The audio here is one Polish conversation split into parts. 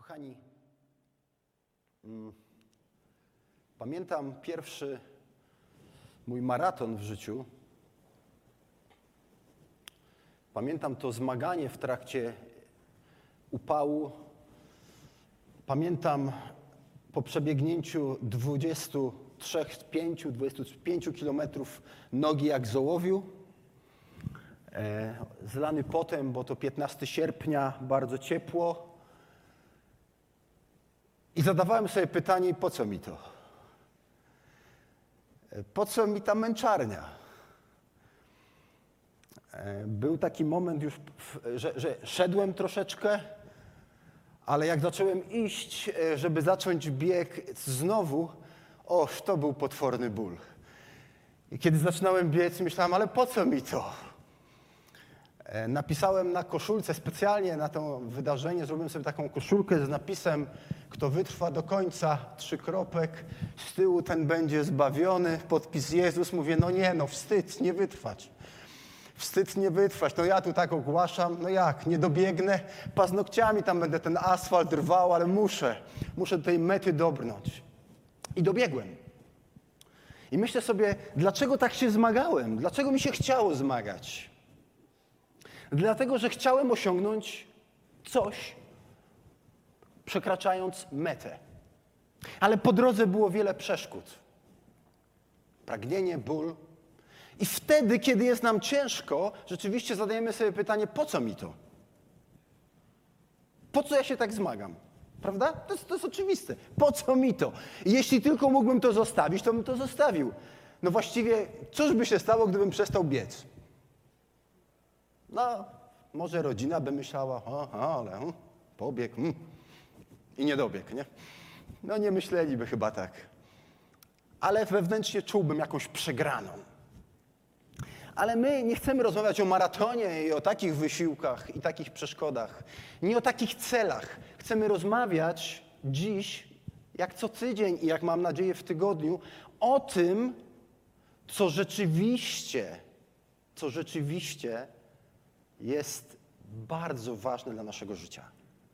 Kochani, pamiętam pierwszy mój maraton w życiu. Pamiętam to zmaganie w trakcie upału. Pamiętam po przebiegnięciu 25 kilometrów nogi jak z ołowiu. Zlany potem, bo to 15 sierpnia, bardzo ciepło. I zadawałem sobie pytanie, po co mi to? Po co mi ta męczarnia? Był taki moment już, że szedłem troszeczkę, ale jak zacząłem iść, żeby zacząć bieg znowu, to był potworny ból. I kiedy zaczynałem biec, myślałem, ale po co mi to? Napisałem na koszulce specjalnie na to wydarzenie, zrobiłem sobie taką koszulkę z napisem, kto wytrwa do końca, 3 kropek, z tyłu ten będzie zbawiony, podpis Jezus. Mówię, wstyd nie wytrwać. Wstyd nie wytrwać. Ja tu tak ogłaszam, nie dobiegnę, paznokciami tam będę ten asfalt rwał, ale muszę do tej mety dobrnąć. I dobiegłem. I myślę sobie, dlaczego tak się zmagałem? Dlaczego mi się chciało zmagać? Dlatego, że chciałem osiągnąć coś, przekraczając metę. Ale po drodze było wiele przeszkód. Pragnienie, ból. I wtedy, kiedy jest nam ciężko, rzeczywiście zadajemy sobie pytanie, po co mi to? Po co ja się tak zmagam? Prawda? To jest oczywiste. Po co mi to? I jeśli tylko mógłbym to zostawić, to bym to zostawił. Właściwie, cóż by się stało, gdybym przestał biec? Może rodzina by myślała, ale pobiegł i nie dobiegł, nie? Nie myśleliby chyba tak. Ale wewnętrznie czułbym jakąś przegraną. Ale my nie chcemy rozmawiać o maratonie i o takich wysiłkach i takich przeszkodach. Nie o takich celach. Chcemy rozmawiać dziś, jak co tydzień i jak mam nadzieję w tygodniu, o tym, co rzeczywiście jest bardzo ważne dla naszego życia.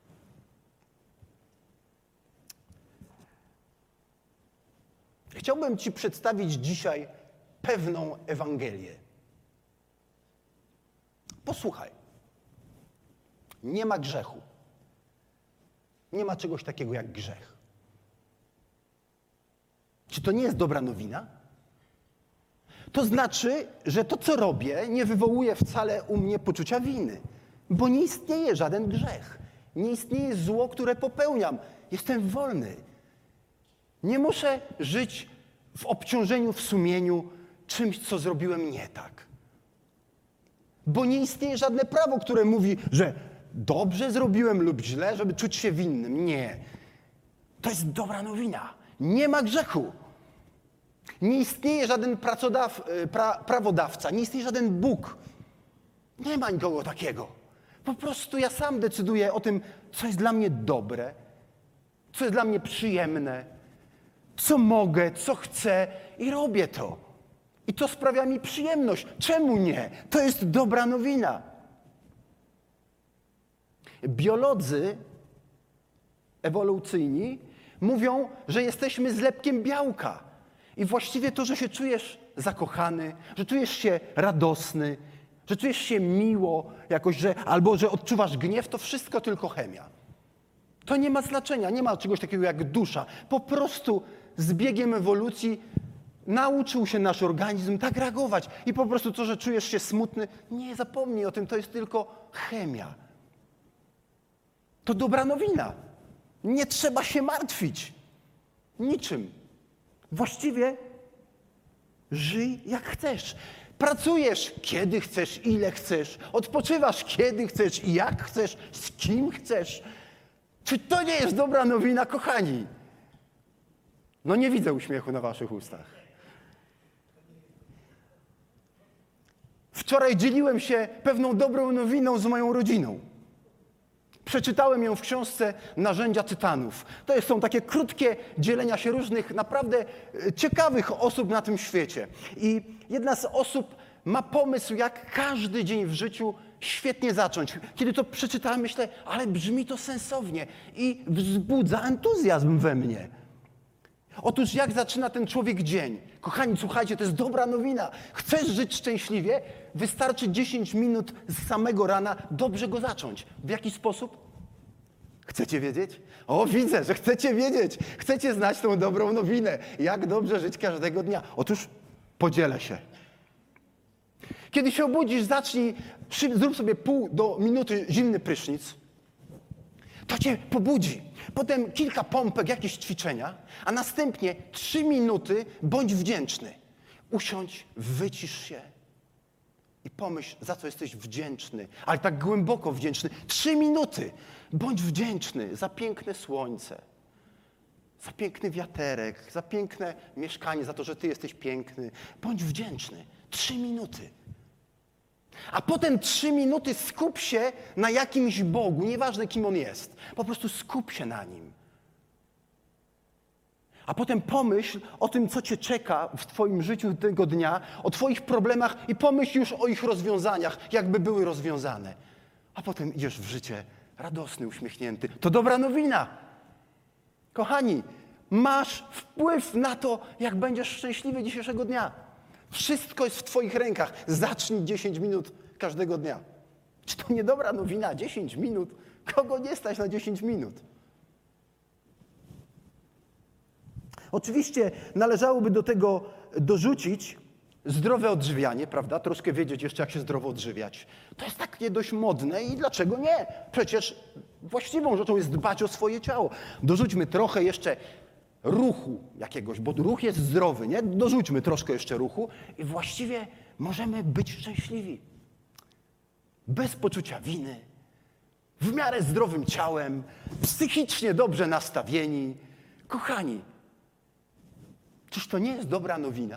Chciałbym Ci przedstawić dzisiaj pewną Ewangelię. Posłuchaj. Nie ma grzechu. Nie ma czegoś takiego jak grzech. Czy to nie jest dobra nowina? To znaczy, że to, co robię, nie wywołuje wcale u mnie poczucia winy, bo nie istnieje żaden grzech. Nie istnieje zło, które popełniam. Jestem wolny. Nie muszę żyć w obciążeniu w sumieniu czymś, co zrobiłem nie tak. Bo nie istnieje żadne prawo, które mówi, że dobrze zrobiłem lub źle, żeby czuć się winnym. Nie. To jest dobra nowina. Nie ma grzechu. Nie istnieje żaden prawodawca, nie istnieje żaden Bóg. Nie ma nikogo takiego. Po prostu ja sam decyduję o tym, co jest dla mnie dobre, co jest dla mnie przyjemne, co mogę, co chcę i robię to. I to sprawia mi przyjemność. Czemu nie? To jest dobra nowina. Biolodzy ewolucyjni mówią, że jesteśmy zlepkiem białka. I właściwie to, że się czujesz zakochany, że czujesz się radosny, że czujesz się miło jakoś, albo że odczuwasz gniew, to wszystko tylko chemia. To nie ma znaczenia, nie ma czegoś takiego jak dusza. Po prostu z biegiem ewolucji nauczył się nasz organizm tak reagować. I po prostu to, że czujesz się smutny, nie zapomnij o tym, to jest tylko chemia. To dobra nowina. Nie trzeba się martwić niczym. Właściwie żyj jak chcesz. Pracujesz kiedy chcesz, ile chcesz. Odpoczywasz kiedy chcesz i jak chcesz, z kim chcesz. Czy to nie jest dobra nowina, kochani? Nie widzę uśmiechu na waszych ustach. Wczoraj dzieliłem się pewną dobrą nowiną z moją rodziną. Przeczytałem ją w książce Narzędzia Tytanów. To są takie krótkie dzielenia się różnych, naprawdę ciekawych osób na tym świecie. I jedna z osób ma pomysł, jak każdy dzień w życiu świetnie zacząć. Kiedy to przeczytałem, myślę, ale brzmi to sensownie i wzbudza entuzjazm we mnie. Otóż jak zaczyna ten człowiek dzień? Kochani, słuchajcie, to jest dobra nowina. Chcesz żyć szczęśliwie? Wystarczy 10 minut z samego rana dobrze go zacząć. W jaki sposób? Chcecie wiedzieć? O, widzę, że chcecie wiedzieć. Chcecie znać tą dobrą nowinę. Jak dobrze żyć każdego dnia. Otóż podzielę się. Kiedy się obudzisz, zrób sobie pół do minuty zimny prysznic. To cię pobudzi. Potem kilka pompek, jakieś ćwiczenia, a następnie 3 minuty bądź wdzięczny. Usiądź, wycisz się i pomyśl, za co jesteś wdzięczny, ale tak głęboko wdzięczny. 3 minuty. Bądź wdzięczny za piękne słońce, za piękny wiaterek, za piękne mieszkanie, za to, że ty jesteś piękny. Bądź wdzięczny. 3 minuty. A potem 3 minuty skup się na jakimś Bogu, nieważne kim On jest. Po prostu skup się na Nim. A potem pomyśl o tym, co cię czeka w twoim życiu tego dnia, o twoich problemach i pomyśl już o ich rozwiązaniach, jakby były rozwiązane. A potem idziesz w życie radosny, uśmiechnięty. To dobra nowina. Kochani, masz wpływ na to, jak będziesz szczęśliwy dzisiejszego dnia. Wszystko jest w twoich rękach. Zacznij 10 minut każdego dnia. Czy to nie dobra nowina? 10 minut? Kogo nie stać na 10 minut? Oczywiście należałoby do tego dorzucić zdrowe odżywianie, prawda? Troszkę wiedzieć jeszcze, jak się zdrowo odżywiać. To jest takie dość modne i dlaczego nie? Przecież właściwą rzeczą jest dbać o swoje ciało. Dorzućmy trochę jeszcze ruchu jakiegoś, bo ruch jest zdrowy, nie? Dorzućmy troszkę jeszcze ruchu i właściwie możemy być szczęśliwi. Bez poczucia winy, w miarę zdrowym ciałem, psychicznie dobrze nastawieni. Kochani, czyż to nie jest dobra nowina?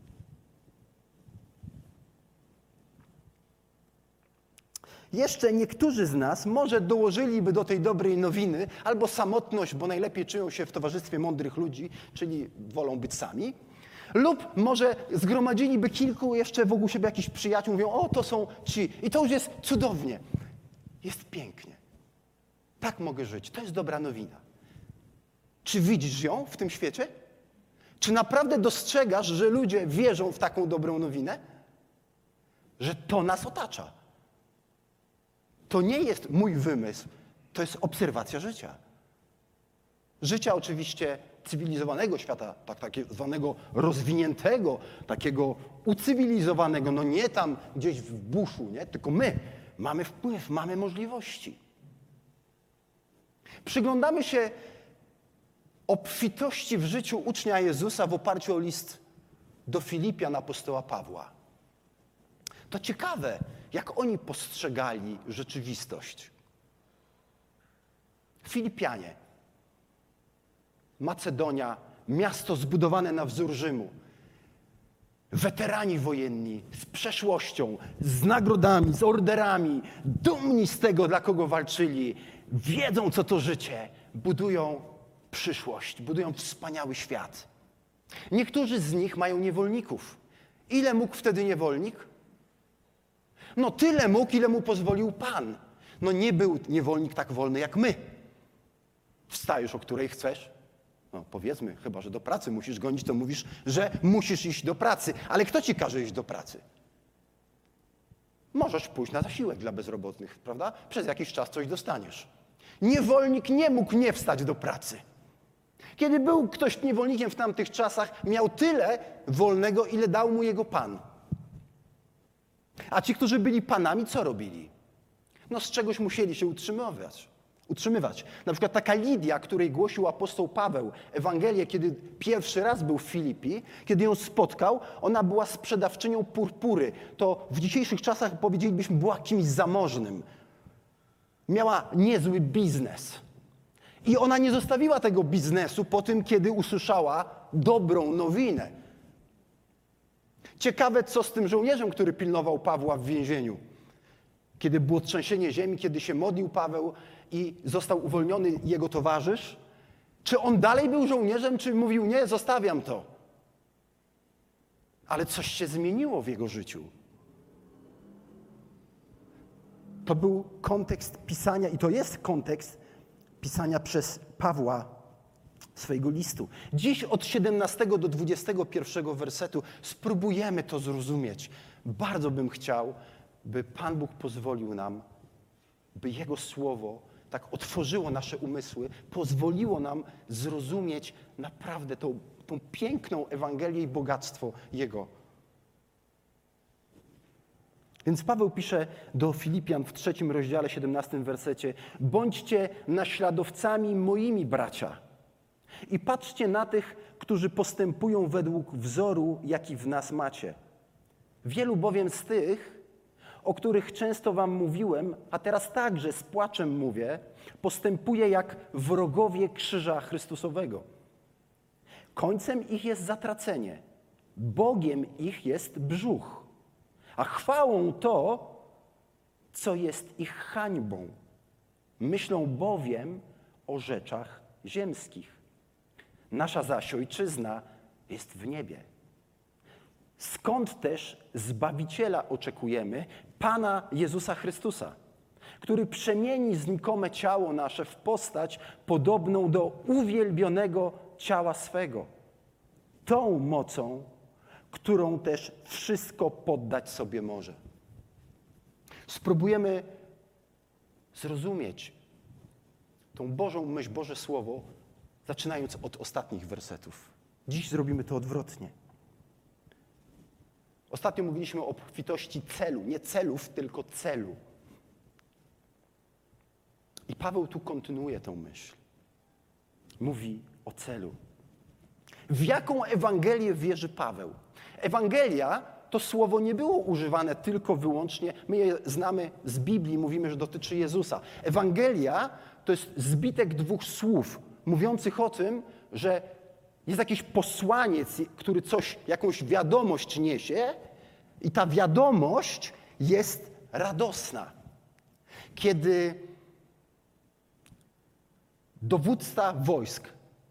Jeszcze niektórzy z nas może dołożyliby do tej dobrej nowiny albo samotność, bo najlepiej czują się w towarzystwie mądrych ludzi, czyli wolą być sami, lub może zgromadziliby kilku jeszcze wokół siebie jakichś przyjaciół, mówią, o, to są ci. I to już jest cudownie. Jest pięknie. Tak mogę żyć. To jest dobra nowina. Czy widzisz ją w tym świecie? Czy naprawdę dostrzegasz, że ludzie wierzą w taką dobrą nowinę? Że to nas otacza. To nie jest mój wymysł, to jest obserwacja życia. Życia oczywiście cywilizowanego świata, tak zwanego rozwiniętego, takiego ucywilizowanego, no nie tam gdzieś w buszu, nie? Tylko my mamy wpływ, mamy możliwości. Przyglądamy się obfitości w życiu ucznia Jezusa w oparciu o list do Filipian apostoła Pawła. To ciekawe, jak oni postrzegali rzeczywistość. Filipianie, Macedonia, miasto zbudowane na wzór Rzymu. Weterani wojenni z przeszłością, z nagrodami, z orderami, dumni z tego, dla kogo walczyli, wiedzą, co to życie, budują przyszłość, budują wspaniały świat. Niektórzy z nich mają niewolników. Ile mógł wtedy niewolnik? No tyle mógł, ile mu pozwolił Pan. No nie był niewolnik tak wolny jak my. Wstajesz, o której chcesz. No powiedzmy, chyba że do pracy musisz gonić, to mówisz, że musisz iść do pracy. Ale kto ci każe iść do pracy? Możesz pójść na zasiłek dla bezrobotnych, prawda? Przez jakiś czas coś dostaniesz. Niewolnik nie mógł nie wstać do pracy. Kiedy był ktoś niewolnikiem w tamtych czasach, miał tyle wolnego, ile dał mu jego Pan. A ci, którzy byli panami, co robili? No z czegoś musieli się utrzymywać. Na przykład taka Lidia, której głosił apostoł Paweł Ewangelię, kiedy pierwszy raz był w Filipii, kiedy ją spotkał, ona była sprzedawczynią purpury. To w dzisiejszych czasach, powiedzielibyśmy, była kimś zamożnym. Miała niezły biznes. I ona nie zostawiła tego biznesu po tym, kiedy usłyszała dobrą nowinę. Ciekawe, co z tym żołnierzem, który pilnował Pawła w więzieniu. Kiedy było trzęsienie ziemi, kiedy się modlił Paweł i został uwolniony jego towarzysz, czy on dalej był żołnierzem, czy mówił, nie, zostawiam to. Ale coś się zmieniło w jego życiu. To był kontekst pisania i to jest kontekst pisania przez Pawła swojego listu. Dziś od 17 do 21 wersetu spróbujemy to zrozumieć. Bardzo bym chciał, by Pan Bóg pozwolił nam, by Jego Słowo tak otworzyło nasze umysły, pozwoliło nam zrozumieć naprawdę tą piękną Ewangelię i bogactwo Jego. Więc Paweł pisze do Filipian w 3 rozdziale, 17 wersecie: bądźcie naśladowcami moimi, bracia, i patrzcie na tych, którzy postępują według wzoru, jaki w nas macie. Wielu bowiem z tych, o których często wam mówiłem, a teraz także z płaczem mówię, postępuje jak wrogowie krzyża Chrystusowego. Końcem ich jest zatracenie, Bogiem ich jest brzuch, a chwałą to, co jest ich hańbą. Myślą bowiem o rzeczach ziemskich. Nasza zaś ojczyzna jest w niebie. Skąd też Zbawiciela oczekujemy, Pana Jezusa Chrystusa, który przemieni znikome ciało nasze w postać podobną do uwielbionego ciała swego. Tą mocą, którą też wszystko poddać sobie może. Spróbujemy zrozumieć tą Bożą myśl, Boże Słowo, zaczynając od ostatnich wersetów. Dziś zrobimy to odwrotnie. Ostatnio mówiliśmy o obfitości celu, nie celów, tylko celu. I Paweł tu kontynuuje tę myśl. Mówi o celu. W jaką Ewangelię wierzy Paweł? Ewangelia to słowo nie było używane tylko wyłącznie, my je znamy z Biblii, mówimy, że dotyczy Jezusa. Ewangelia to jest zbitek dwóch słów mówiących o tym, że jest jakiś posłaniec, który jakąś wiadomość niesie i ta wiadomość jest radosna. Kiedy dowódca wojsk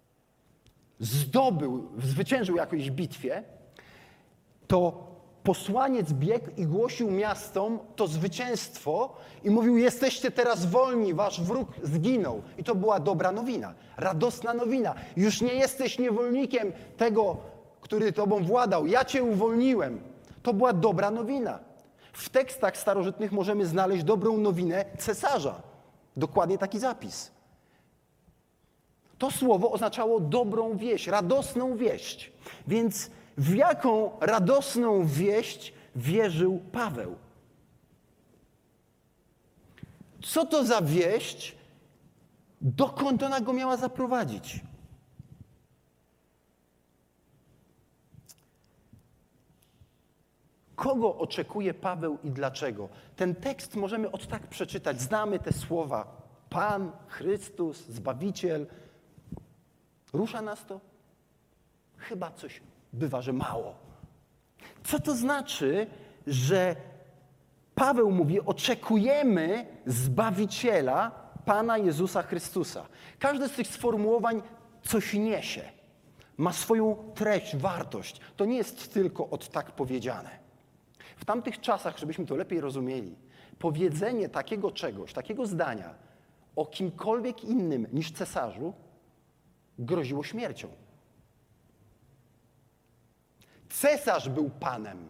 zwyciężył jakiejś bitwie, to posłaniec biegł i głosił miastom to zwycięstwo i mówił: jesteście teraz wolni, wasz wróg zginął. I to była dobra nowina, radosna nowina. Już nie jesteś niewolnikiem tego, który tobą władał. Ja cię uwolniłem. To była dobra nowina. W tekstach starożytnych możemy znaleźć dobrą nowinę cesarza. Dokładnie taki zapis. To słowo oznaczało dobrą wieść, radosną wieść. Więc w jaką radosną wieść wierzył Paweł? Co to za wieść? Dokąd ona go miała zaprowadzić? Kogo oczekuje Paweł i dlaczego? Ten tekst możemy tak przeczytać. Znamy te słowa. Pan, Chrystus, Zbawiciel. Rusza nas to? Chyba coś bywa, że mało. Co to znaczy, że Paweł mówi: oczekujemy Zbawiciela, Pana Jezusa Chrystusa? Każde z tych sformułowań coś niesie. Ma swoją treść, wartość. To nie jest tylko tak powiedziane. W tamtych czasach, żebyśmy to lepiej rozumieli, powiedzenie takiego czegoś, takiego zdania o kimkolwiek innym niż cesarzu groziło śmiercią. Cesarz był panem.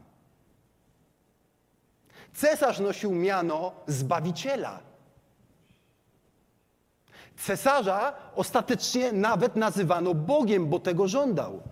Cesarz nosił miano Zbawiciela. Cesarza ostatecznie nawet nazywano Bogiem, bo tego żądał.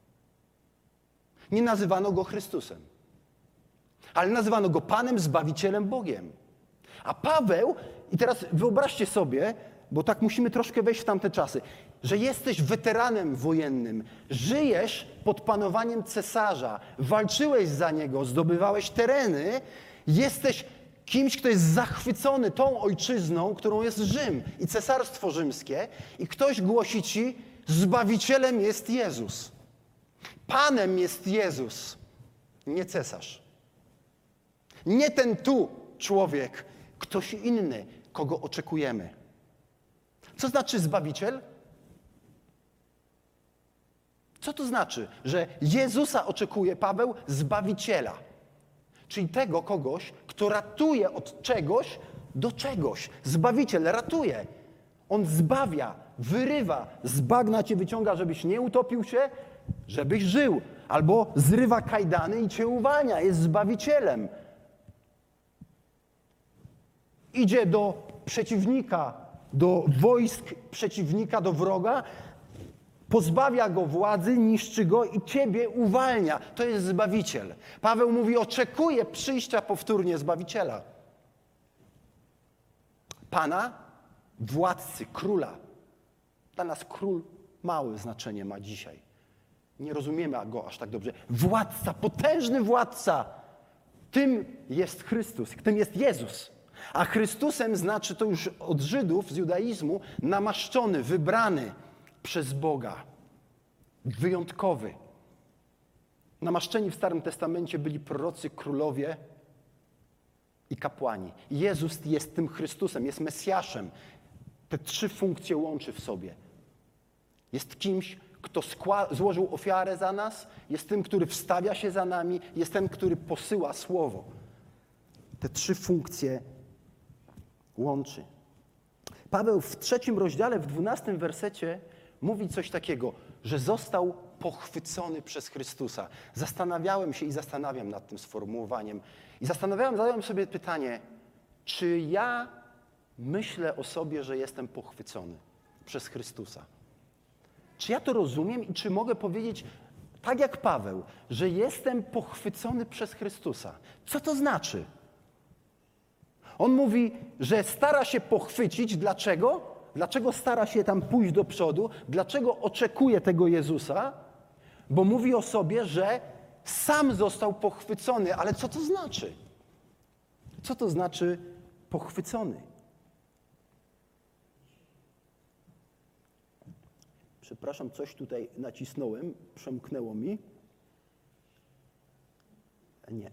Nie nazywano go Chrystusem, ale nazywano go Panem, Zbawicielem, Bogiem. A Paweł, i teraz wyobraźcie sobie, bo tak musimy troszkę wejść w tamte czasy, że jesteś weteranem wojennym, żyjesz pod panowaniem cesarza, walczyłeś za niego, zdobywałeś tereny, jesteś kimś, kto jest zachwycony tą ojczyzną, którą jest Rzym i Cesarstwo Rzymskie, i ktoś głosi ci: Zbawicielem jest Jezus. Panem jest Jezus, nie cesarz. Nie ten tu człowiek, ktoś inny, kogo oczekujemy. Co znaczy Zbawiciel? Co to znaczy, że Jezusa oczekuje Paweł? Zbawiciela. Czyli tego kogoś, kto ratuje od czegoś, do czegoś. Zbawiciel ratuje. On zbawia, wyrywa, z bagna cię wyciąga, żebyś nie utopił się, żebyś żył. Albo zrywa kajdany i cię uwalnia, jest Zbawicielem. Idzie do przeciwnika, do wojsk przeciwnika, do wroga, pozbawia go władzy, niszczy go i ciebie uwalnia. To jest Zbawiciel. Paweł mówi, oczekuje przyjścia powtórnie Zbawiciela. Pana, władcy, króla. Dla nas król małe znaczenie ma dzisiaj. Nie rozumiemy go aż tak dobrze. Władca, potężny władca. Tym jest Chrystus, tym jest Jezus. A Chrystusem znaczy to już od Żydów z judaizmu namaszczony, wybrany przez Boga. Wyjątkowy. Namaszczeni w Starym Testamencie byli prorocy, królowie i kapłani. Jezus jest tym Chrystusem, jest Mesjaszem. Te trzy funkcje łączy w sobie. Jest kimś, kto złożył ofiarę za nas, jest tym, który wstawia się za nami, jest ten, który posyła słowo. Te trzy funkcje łączy. Paweł w 3 rozdziale, w 12 wersecie mówi coś takiego, że został pochwycony przez Chrystusa. Zastanawiałem się i zastanawiam nad tym sformułowaniem. I zadałem sobie pytanie, czy ja myślę o sobie, że jestem pochwycony przez Chrystusa? Czy ja to rozumiem i czy mogę powiedzieć, tak jak Paweł, że jestem pochwycony przez Chrystusa? Co to znaczy? On mówi, że stara się pochwycić. Dlaczego? Dlaczego stara się tam pójść do przodu? Dlaczego oczekuje tego Jezusa? Bo mówi o sobie, że sam został pochwycony. Ale co to znaczy? Co to znaczy pochwycony? Przepraszam, coś tutaj nacisnąłem, przemknęło mi. Nie.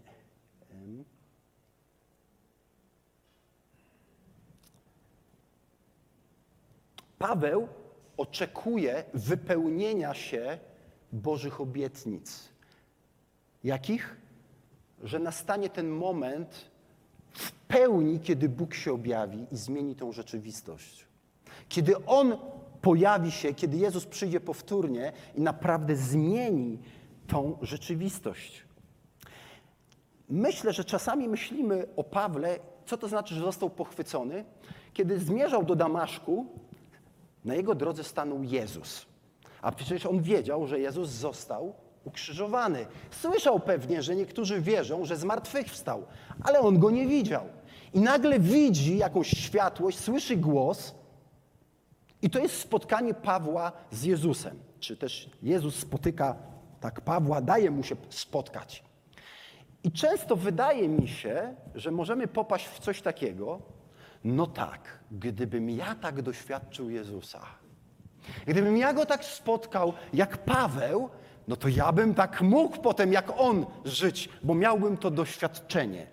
Paweł oczekuje wypełnienia się Bożych obietnic. Jakich? Że nastanie ten moment w pełni, kiedy Bóg się objawi i zmieni tą rzeczywistość. Kiedy On pojawi się, kiedy Jezus przyjdzie powtórnie i naprawdę zmieni tą rzeczywistość. Myślę, że czasami myślimy o Pawle, co to znaczy, że został pochwycony. Kiedy zmierzał do Damaszku, na jego drodze stanął Jezus. A przecież on wiedział, że Jezus został ukrzyżowany. Słyszał pewnie, że niektórzy wierzą, że zmartwychwstał, ale on go nie widział. I nagle widzi jakąś światłość, słyszy głos i to jest spotkanie Pawła z Jezusem. Czy też Jezus spotyka tak Pawła, daje mu się spotkać. I często wydaje mi się, że możemy popaść w coś takiego, no tak, gdybym ja tak doświadczył Jezusa, gdybym ja Go tak spotkał jak Paweł, no to ja bym tak mógł potem jak On żyć, bo miałbym to doświadczenie.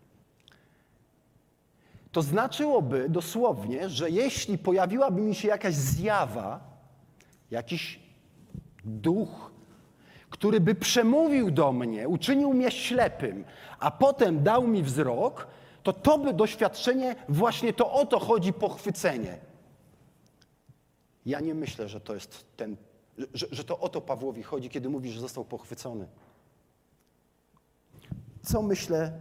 To znaczyłoby dosłownie, że jeśli pojawiłaby mi się jakaś zjawa, jakiś duch, który by przemówił do mnie, uczynił mnie ślepym, a potem dał mi wzrok, to by doświadczenie, właśnie to o to chodzi pochwycenie. Ja nie myślę, że to jest że to o to Pawłowi chodzi, kiedy mówi, że został pochwycony. Co myślę,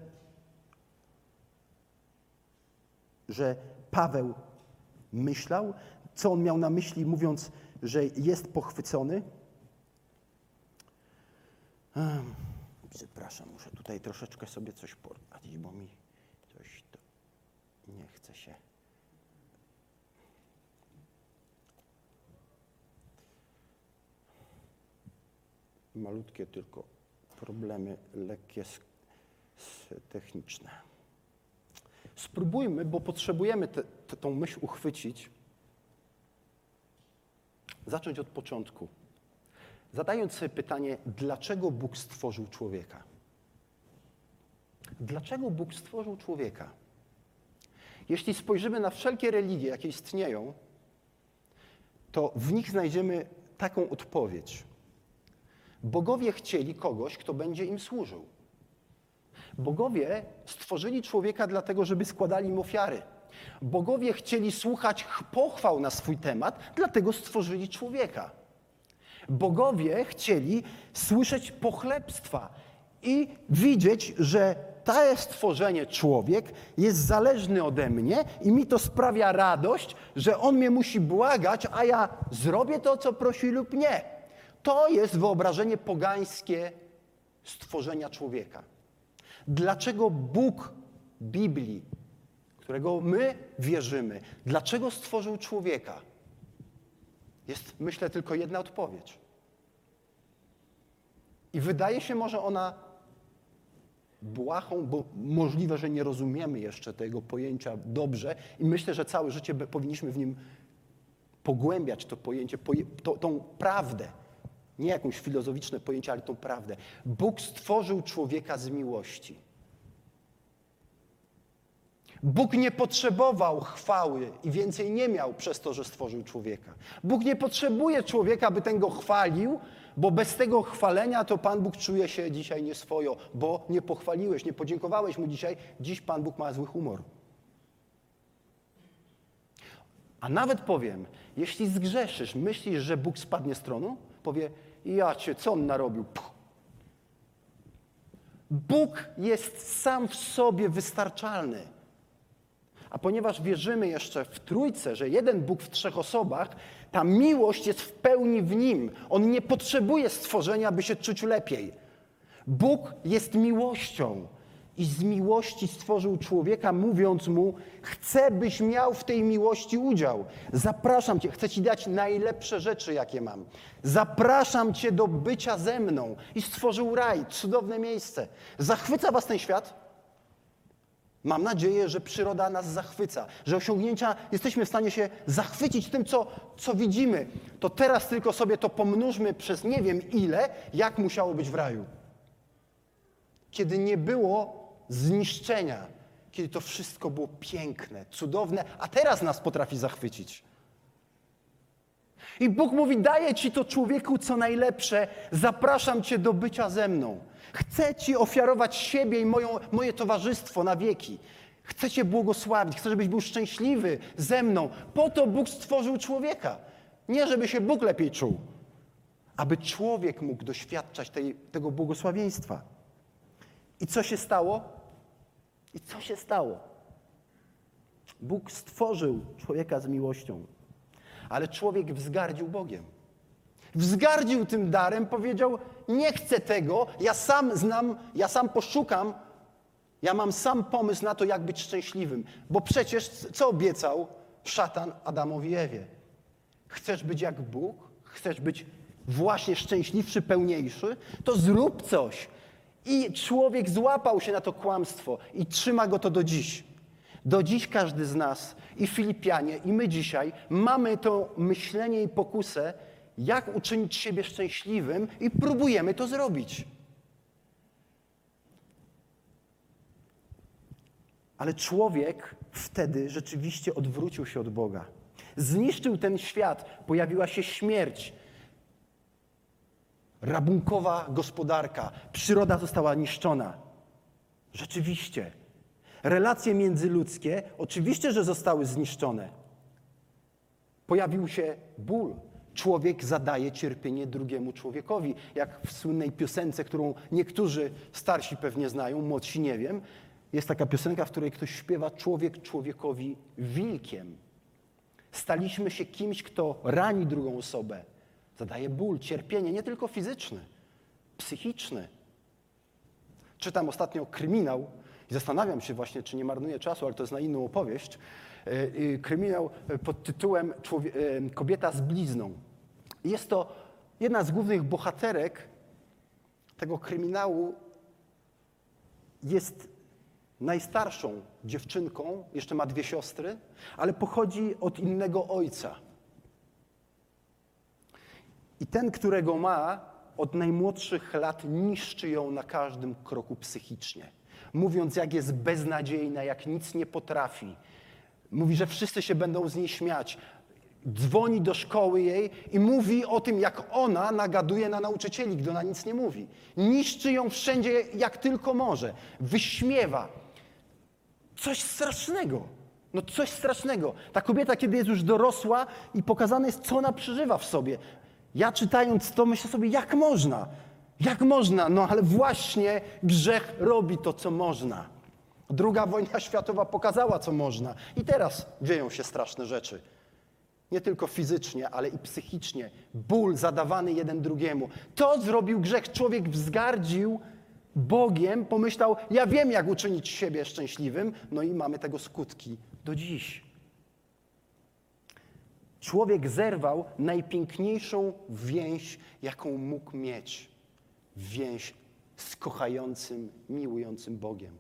że Paweł myślał? Co on miał na myśli, mówiąc, że jest pochwycony? Przepraszam, muszę tutaj troszeczkę sobie coś poradzić, bo mi coś to nie chce się. Malutkie tylko problemy lekkie techniczne. Spróbujmy, bo potrzebujemy tą myśl uchwycić, zacząć od początku. Zadając sobie pytanie, dlaczego Bóg stworzył człowieka? Dlaczego Bóg stworzył człowieka? Jeśli spojrzymy na wszelkie religie, jakie istnieją, to w nich znajdziemy taką odpowiedź. Bogowie chcieli kogoś, kto będzie im służył. Bogowie stworzyli człowieka dlatego, żeby składali im ofiary. Bogowie chcieli słuchać pochwał na swój temat, dlatego stworzyli człowieka. Bogowie chcieli słyszeć pochlebstwa i widzieć, że to stworzenie człowiek jest zależny ode mnie i mi to sprawia radość, że on mnie musi błagać, a ja zrobię to, co prosi lub nie. To jest wyobrażenie pogańskie stworzenia człowieka. Dlaczego Bóg Biblii, którego my wierzymy, dlaczego stworzył człowieka? Jest, myślę, tylko jedna odpowiedź. I wydaje się może ona błahą, bo możliwe, że nie rozumiemy jeszcze tego pojęcia dobrze i myślę, że całe życie powinniśmy w nim pogłębiać to pojęcie, tą prawdę. Nie jakąś filozoficzne pojęcie, ale tą prawdę. Bóg stworzył człowieka z miłości. Bóg nie potrzebował chwały i więcej nie miał przez to, że stworzył człowieka. Bóg nie potrzebuje człowieka, by ten go chwalił, bo bez tego chwalenia to Pan Bóg czuje się dzisiaj nieswojo, bo nie pochwaliłeś, nie podziękowałeś mu dzisiaj. Dziś Pan Bóg ma zły humor. A nawet powiem, jeśli zgrzeszysz, myślisz, że Bóg spadnie z tronu? Powie, ja cię, co on narobił? Puh. Bóg jest sam w sobie wystarczalny. A ponieważ wierzymy jeszcze w Trójce, że jeden Bóg w trzech osobach, ta miłość jest w pełni w Nim. On nie potrzebuje stworzenia, by się czuć lepiej. Bóg jest miłością i z miłości stworzył człowieka, mówiąc mu, chcę, byś miał w tej miłości udział. Zapraszam cię, chcę ci dać najlepsze rzeczy, jakie mam. Zapraszam cię do bycia ze mną. I stworzył raj, cudowne miejsce. Zachwyca was ten świat? Mam nadzieję, że przyroda nas zachwyca, że osiągnięcia jesteśmy w stanie się zachwycić tym, co widzimy. To teraz tylko sobie to pomnóżmy przez nie wiem ile, jak musiało być w raju. Kiedy nie było zniszczenia, kiedy to wszystko było piękne, cudowne, a teraz nas potrafi zachwycić. I Bóg mówi, daję ci to człowieku co najlepsze, zapraszam cię do bycia ze mną. Chcę ci ofiarować siebie i moje towarzystwo na wieki. Chcę cię błogosławić, chcę, żebyś był szczęśliwy ze mną. Po to Bóg stworzył człowieka. Nie, żeby się Bóg lepiej czuł, aby człowiek mógł doświadczać tego błogosławieństwa. I co się stało? Bóg stworzył człowieka z miłością, ale człowiek wzgardził Bogiem. Wzgardził tym darem, powiedział, nie chcę tego, ja sam znam, ja sam poszukam, ja mam sam pomysł na to, jak być szczęśliwym. Bo przecież co obiecał szatan Adamowi i Ewie? Chcesz być jak Bóg? Chcesz być właśnie szczęśliwszy, pełniejszy? To zrób coś. I człowiek złapał się na to kłamstwo i trzyma go to do dziś. Do dziś każdy z nas, i Filipianie, i my dzisiaj, mamy to myślenie i pokusę, jak uczynić siebie szczęśliwym i próbujemy to zrobić. Ale człowiek wtedy rzeczywiście odwrócił się od Boga. Zniszczył ten świat, pojawiła się śmierć, rabunkowa gospodarka, przyroda została niszczona. Rzeczywiście. Relacje międzyludzkie oczywiście, że zostały zniszczone. Pojawił się ból. Człowiek zadaje cierpienie drugiemu człowiekowi. Jak w słynnej piosence, którą niektórzy starsi pewnie znają, młodsi nie wiem. Jest taka piosenka, w której ktoś śpiewa człowiek człowiekowi wilkiem. Staliśmy się kimś, kto rani drugą osobę. Zadaje ból, cierpienie, nie tylko fizyczny, psychiczny. Czytam ostatnio kryminał i zastanawiam się właśnie, czy nie marnuję czasu, ale to jest na inną opowieść. Kryminał pod tytułem Kobieta z blizną. Jest to jedna z głównych bohaterek tego kryminału. Jest najstarszą dziewczynką, jeszcze ma 2 siostry, ale pochodzi od innego ojca. I ten, którego ma, od najmłodszych lat niszczy ją na każdym kroku psychicznie. Mówiąc, jak jest beznadziejna, jak nic nie potrafi. Mówi, że wszyscy się będą z niej śmiać. Dzwoni do szkoły jej i mówi o tym, jak ona nagaduje na nauczycieli, gdy ona nic nie mówi. Niszczy ją wszędzie, jak tylko może. Wyśmiewa. Coś strasznego. No coś strasznego. Ta kobieta, kiedy jest już dorosła i pokazane jest, co ona przeżywa w sobie. Ja czytając to myślę sobie, jak można? Jak można? No ale właśnie grzech robi to, co można. II wojna światowa pokazała, co można. I teraz dzieją się straszne rzeczy. Nie tylko fizycznie, ale i psychicznie. Ból zadawany jeden drugiemu. To zrobił grzech. Człowiek wzgardził Bogiem, pomyślał, ja wiem, jak uczynić siebie szczęśliwym. No i mamy tego skutki do dziś. Człowiek zerwał najpiękniejszą więź, jaką mógł mieć. Więź z kochającym, miłującym Bogiem.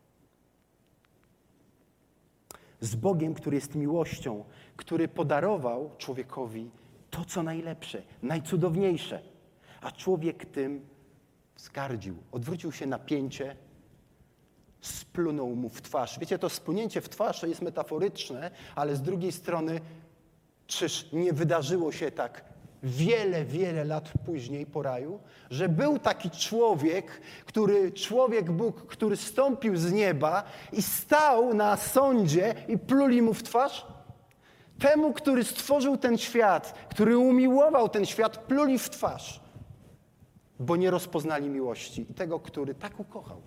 Z Bogiem, który jest miłością, który podarował człowiekowi to, co najlepsze, najcudowniejsze. A człowiek tym wzgardził. Odwrócił się na pięcie, splunął mu w twarz. Wiecie, to splunięcie w twarz jest metaforyczne, ale z drugiej strony, czyż nie wydarzyło się tak wiele, wiele lat później po raju, że był taki człowiek Bóg, który stąpił z nieba i stał na sądzie i pluli mu w twarz? Temu, który stworzył ten świat, który umiłował ten świat, pluli w twarz, bo nie rozpoznali miłości i tego, który tak ukochał.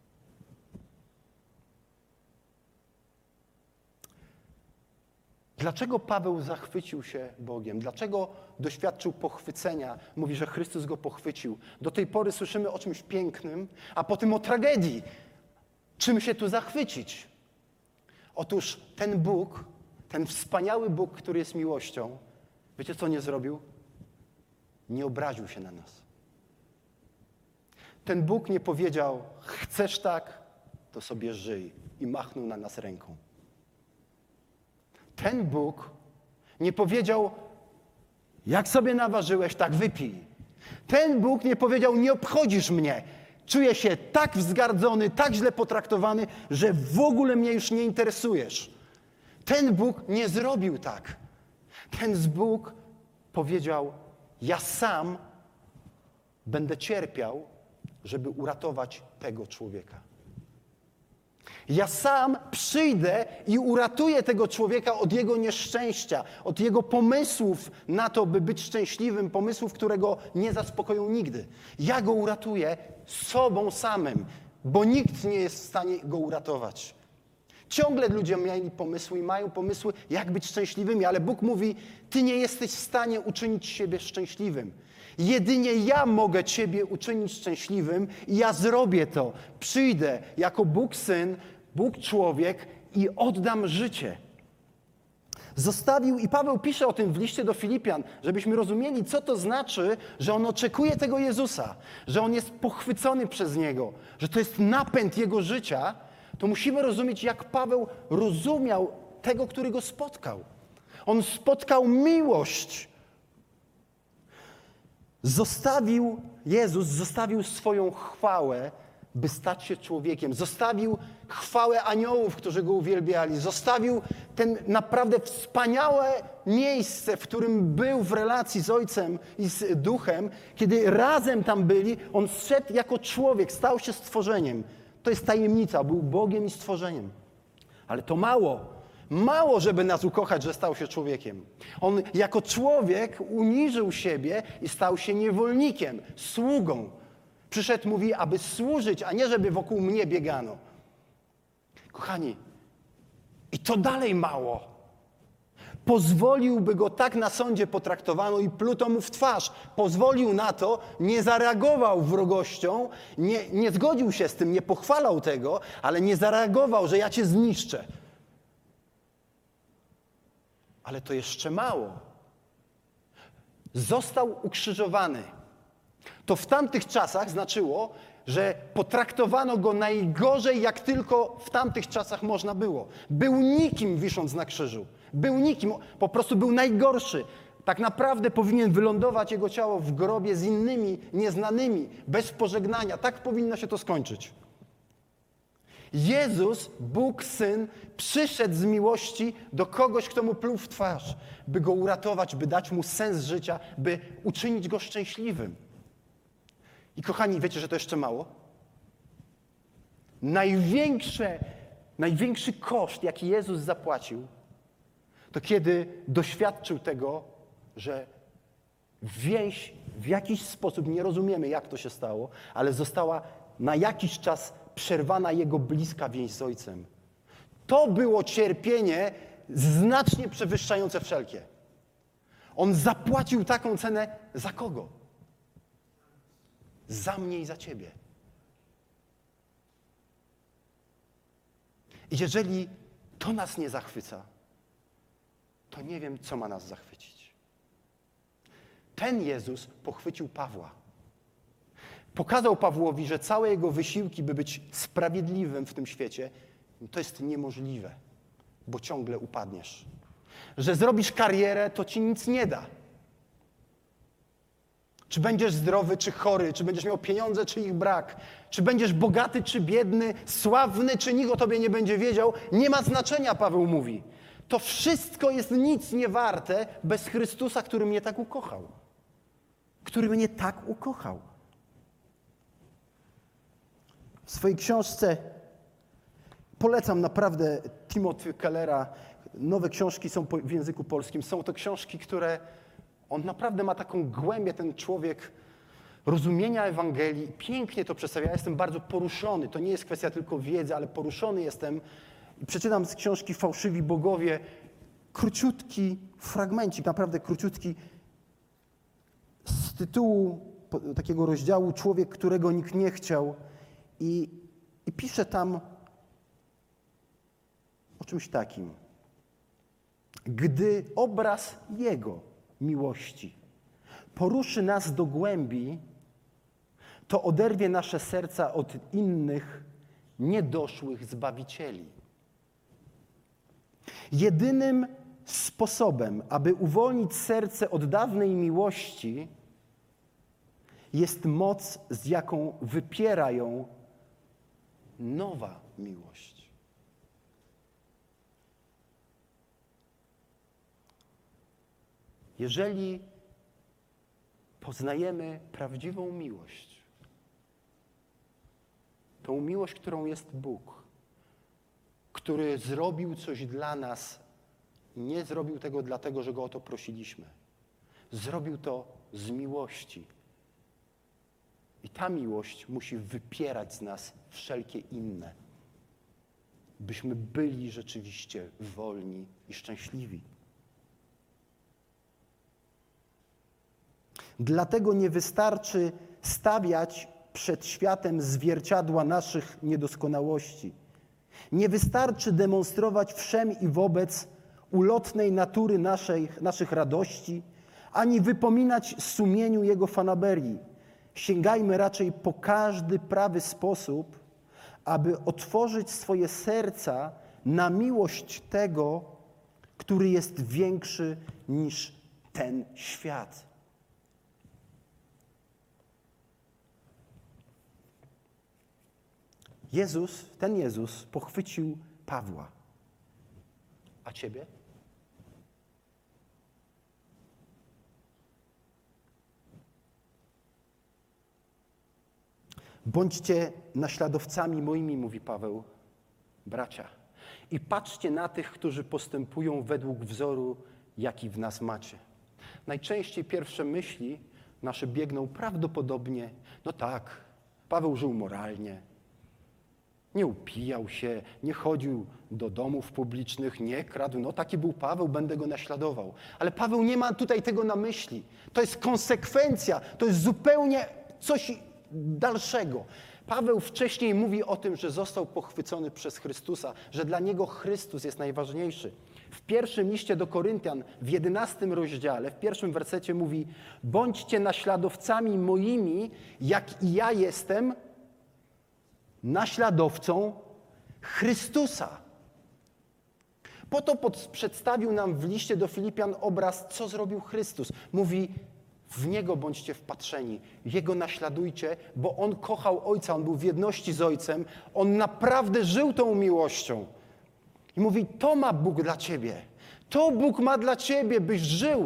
Dlaczego Paweł zachwycił się Bogiem? Dlaczego doświadczył pochwycenia? Mówi, że Chrystus go pochwycił. Do tej pory słyszymy o czymś pięknym, a potem o tragedii. Czym się tu zachwycić? Otóż ten Bóg, ten wspaniały Bóg, który jest miłością, wiecie, co nie zrobił? Nie obraził się na nas. Ten Bóg nie powiedział, chcesz tak, to sobie żyj i machnął na nas ręką. Ten Bóg nie powiedział, jak sobie naważyłeś, tak wypij. Ten Bóg nie powiedział, nie obchodzisz mnie. Czuję się tak wzgardzony, tak źle potraktowany, że w ogóle mnie już nie interesujesz. Ten Bóg nie zrobił tak. Ten Bóg powiedział, ja sam będę cierpiał, żeby uratować tego człowieka. Ja sam przyjdę i uratuję tego człowieka od jego nieszczęścia, od jego pomysłów na to, by być szczęśliwym, pomysłów, które go nie zaspokoją nigdy. Ja go uratuję sobą samym, bo nikt nie jest w stanie go uratować. Ciągle ludzie mieli pomysły i mają pomysły, jak być szczęśliwymi, ale Bóg mówi, ty nie jesteś w stanie uczynić siebie szczęśliwym. Jedynie ja mogę ciebie uczynić szczęśliwym i ja zrobię to. Przyjdę jako Bóg Syn, Bóg Człowiek i oddam życie. Zostawił, i Paweł pisze o tym w liście do Filipian, żebyśmy rozumieli, co to znaczy, że on oczekuje tego Jezusa, że on jest pochwycony przez Niego, że to jest napęd Jego życia, to musimy rozumieć, jak Paweł rozumiał tego, który go spotkał. On spotkał miłość. Jezus zostawił swoją chwałę, by stać się człowiekiem. Zostawił chwałę aniołów, którzy go uwielbiali. Zostawił ten naprawdę wspaniałe miejsce, w którym był w relacji z Ojcem i z Duchem. Kiedy razem tam byli, on zszedł jako człowiek, stał się stworzeniem. To jest tajemnica, był Bogiem i stworzeniem. Ale to mało. Mało, żeby nas ukochać, że stał się człowiekiem. On jako człowiek uniżył siebie i stał się niewolnikiem, sługą. Przyszedł, mówi, aby służyć, a nie żeby wokół mnie biegano. Kochani, i to dalej mało. Pozwolił, by go tak na sądzie potraktowano i pluto mu w twarz. Pozwolił na to, nie zareagował wrogością, nie zgodził się z tym, nie pochwalał tego, ale nie zareagował, że ja cię zniszczę. Ale to jeszcze mało. Został ukrzyżowany. To w tamtych czasach znaczyło, że potraktowano go najgorzej, jak tylko w tamtych czasach można było. Był nikim wisząc na krzyżu. Był nikim, po prostu był najgorszy. Tak naprawdę powinien wylądować jego ciało w grobie z innymi nieznanymi, bez pożegnania. Tak powinno się to skończyć. Jezus, Bóg Syn, przyszedł z miłości do kogoś, kto mu pluł w twarz, by go uratować, by dać mu sens życia, by uczynić go szczęśliwym. I kochani, wiecie, że to jeszcze mało? Największe największy koszt, jaki Jezus zapłacił, to kiedy doświadczył tego, że więź w jakiś sposób, nie rozumiemy jak to się stało, ale została na jakiś czas przerwana jego bliska więź z Ojcem. To było cierpienie znacznie przewyższające wszelkie. On zapłacił taką cenę za kogo? Za mnie i za ciebie. I jeżeli to nas nie zachwyca, to nie wiem, co ma nas zachwycić. Ten Jezus pochwycił Pawła. Pokazał Pawłowi, że całe jego wysiłki, by być sprawiedliwym w tym świecie, to jest niemożliwe, bo ciągle upadniesz. Że zrobisz karierę, to ci nic nie da. Czy będziesz zdrowy, czy chory, czy będziesz miał pieniądze, czy ich brak, czy będziesz bogaty, czy biedny, sławny, czy nikt o tobie nie będzie wiedział, nie ma znaczenia, Paweł mówi. To wszystko jest nic nie warte bez Chrystusa, który mnie tak ukochał. Który mnie tak ukochał. W swojej książce polecam naprawdę Timothy Kellera. Nowe książki są w języku polskim. Są to książki, które on naprawdę ma taką głębię, ten człowiek, rozumienia Ewangelii. Pięknie to przedstawia. Ja jestem bardzo poruszony. To nie jest kwestia tylko wiedzy, ale poruszony jestem. I przeczytam z książki Fałszywi Bogowie króciutki fragmencik, naprawdę króciutki, z tytułu takiego rozdziału Człowiek, którego nikt nie chciał. I pisze tam o czymś takim. Gdy obraz Jego miłości poruszy nas do głębi, to oderwie nasze serca od innych, niedoszłych zbawicieli. Jedynym sposobem, aby uwolnić serce od dawnej miłości, jest moc, z jaką wypiera ją nowa miłość. Jeżeli poznajemy prawdziwą miłość, tą miłość, którą jest Bóg, który zrobił coś dla nas, nie zrobił tego dlatego, że Go o to prosiliśmy. Zrobił to z miłości. I ta miłość musi wypierać z nas wszelkie inne, byśmy byli rzeczywiście wolni i szczęśliwi. Dlatego nie wystarczy stawiać przed światem zwierciadła naszych niedoskonałości. Nie wystarczy demonstrować wszem i wobec ulotnej natury naszych radości, ani wypominać sumieniu jego fanaberii. Sięgajmy raczej po każdy prawy sposób, aby otworzyć swoje serca na miłość tego, który jest większy niż ten świat. Ten Jezus pochwycił Pawła. A ciebie? Bądźcie naśladowcami moimi, mówi Paweł, bracia. I patrzcie na tych, którzy postępują według wzoru, jaki w nas macie. Najczęściej pierwsze myśli nasze biegną prawdopodobnie, no tak, Paweł żył moralnie, nie upijał się, nie chodził do domów publicznych, nie kradł. No taki był Paweł, będę go naśladował. Ale Paweł nie ma tutaj tego na myśli. To jest konsekwencja, to jest zupełnie coś dalszego. Paweł wcześniej mówi o tym, że został pochwycony przez Chrystusa, że dla niego Chrystus jest najważniejszy. W pierwszym liście do Koryntian, w 11 rozdziale, w pierwszym wersecie mówi: bądźcie naśladowcami moimi, jak i ja jestem naśladowcą Chrystusa. Po to przedstawił nam w liście do Filipian obraz, co zrobił Chrystus. Mówi: w Niego bądźcie wpatrzeni, Jego naśladujcie, bo On kochał Ojca, On był w jedności z Ojcem, On naprawdę żył tą miłością. I mówi: to ma Bóg dla ciebie, to Bóg ma dla ciebie, byś żył